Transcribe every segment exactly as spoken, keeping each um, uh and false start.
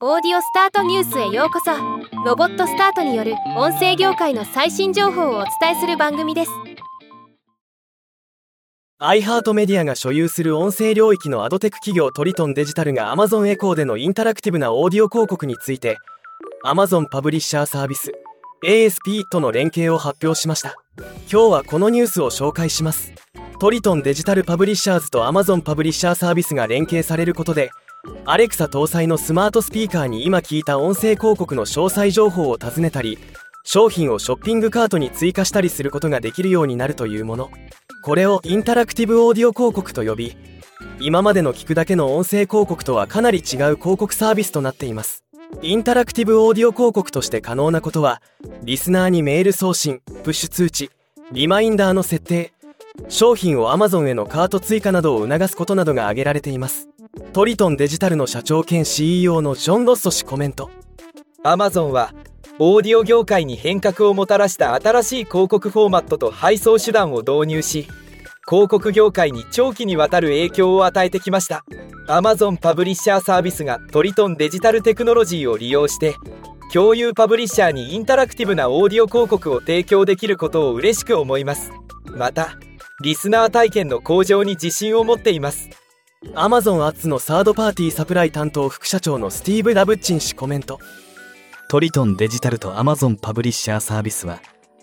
オーディオスタートニュースへようこそ。ロボットスタートによる音声業界の最新情報をお伝えする番組です。 iHeartメディアが所有する音声領域のアドテク企業トリトンデジタルが Amazon エコーでのインタラクティブなオーディオ広告について Amazon パブリッシャーサービス エーエスピー との連携を発表しました。今日はこのニュースを紹介します。トリトンデジタルパブリッシャーズと Amazon パブリッシャーサービスが連携されることで、アレクサ搭載のスマートスピーカーに今聞いた音声広告の詳細情報を尋ねたり、商品をショッピングカートに追加したりすることができるようになるというもの。これをインタラクティブオーディオ広告と呼び、今までの聞くだけの音声広告とはかなり違う広告サービスとなっています。インタラクティブオーディオ広告として可能なことは、リスナーにメール送信、プッシュ通知、リマインダーの設定、商品を Amazon へのカート追加などを促すことなどが挙げられています。トリトンデジタルの社長兼 シーイーオー のジョン・ロッソ氏コメント。 Amazon はオーディオ業界に変革をもたらした新しい広告フォーマットと配送手段を導入し、広告業界に長期にわたる影響を与えてきました。 Amazon パブリッシャーサービスがトリトンデジタルテクノロジーを利用して共有パブリッシャーにインタラクティブなオーディオ広告を提供できることを嬉しく思います。またリスナー体験の向上に自信を持っています。 Amazon アッツのサードパーティーサプライ担当副社長のスティーブ・ラブッチン氏コメント。 トリトンデジタルと Amazon パブリッシャーサービスは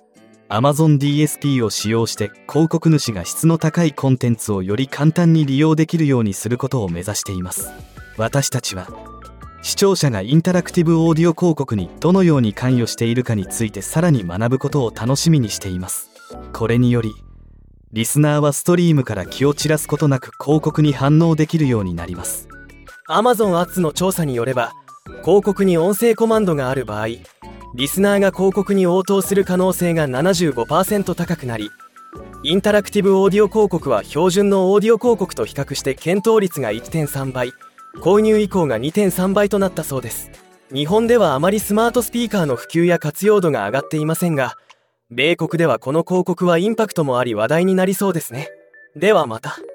Amazon ディーエスピー を使用して広告主が質の高いコンテンツをより簡単に利用できるようにすることを目指しています。私たちは視聴者がインタラクティブオーディオ広告にどのように関与しているかについてさらに学ぶことを楽しみにしています。これによりリスナーはストリームから気を散らすことなく広告に反応できるようになります。 Amazon アッツの調査によれば、広告に音声コマンドがある場合、リスナーが広告に応答する可能性が ななじゅうごパーセント 高くなり、インタラクティブオーディオ広告は標準のオーディオ広告と比較して検討率が いってんさんばい、購入以降が にてんさんばいとなったそうです。日本ではあまりスマートスピーカーの普及や活用度が上がっていませんが、米国ではこの広告はインパクトもあり話題になりそうですね。ではまた。